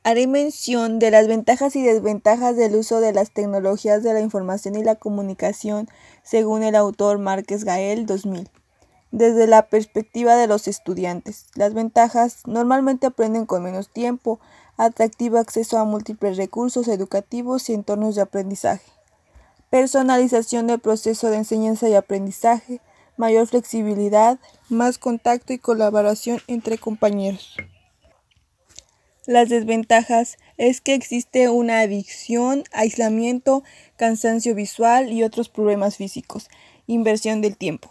Haré mención de las ventajas y desventajas del uso de las tecnologías de la información y la comunicación, según el autor Márquez Gael, 2000. Desde la perspectiva de los estudiantes, las ventajas: normalmente aprenden con menos tiempo, atractivo acceso a múltiples recursos educativos y entornos de aprendizaje, personalización del proceso de enseñanza y aprendizaje, mayor flexibilidad, más contacto y colaboración entre compañeros. Las desventajas es que existe una adicción, aislamiento, cansancio visual y otros problemas físicos, inversión del tiempo.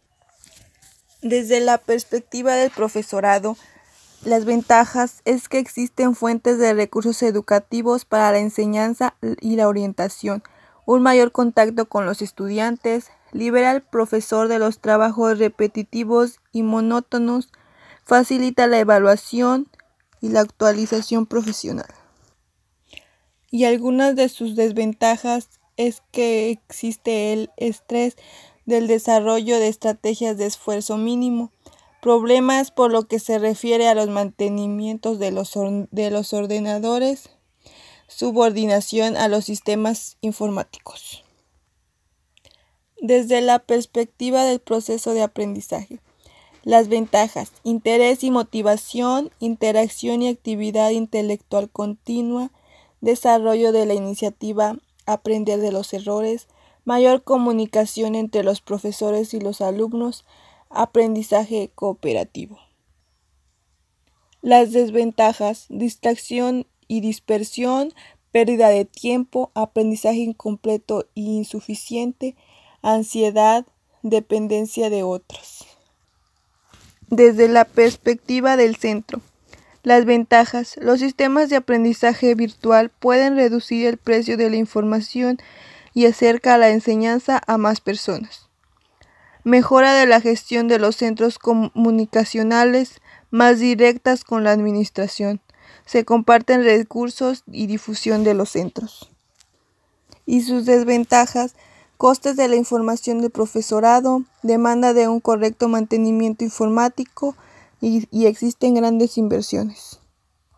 Desde la perspectiva del profesorado, las ventajas es que existen fuentes de recursos educativos para la enseñanza y la orientación, un mayor contacto con los estudiantes, libera al profesor de los trabajos repetitivos y monótonos, facilita la evaluación y la actualización profesional. Y algunas de sus desventajas es que existe el estrés del desarrollo de estrategias de esfuerzo mínimo, problemas por lo que se refiere a los mantenimientos de los ordenadores, subordinación a los sistemas informáticos. Desde la perspectiva del proceso de aprendizaje, las ventajas: interés y motivación, interacción y actividad intelectual continua, desarrollo de la iniciativa, aprender de los errores, mayor comunicación entre los profesores y los alumnos, aprendizaje cooperativo. Las desventajas: distracción y dispersión, pérdida de tiempo, aprendizaje incompleto e insuficiente, ansiedad, dependencia de otros. Desde la perspectiva del centro, las ventajas: los sistemas de aprendizaje virtual pueden reducir el precio de la información y acerca la enseñanza a más personas. Mejora de la gestión de los centros comunicacionales, más directas con la administración. Se comparten recursos y difusión de los centros. Y sus desventajas: costes de la información del profesorado, demanda de un correcto mantenimiento informático y existen grandes inversiones.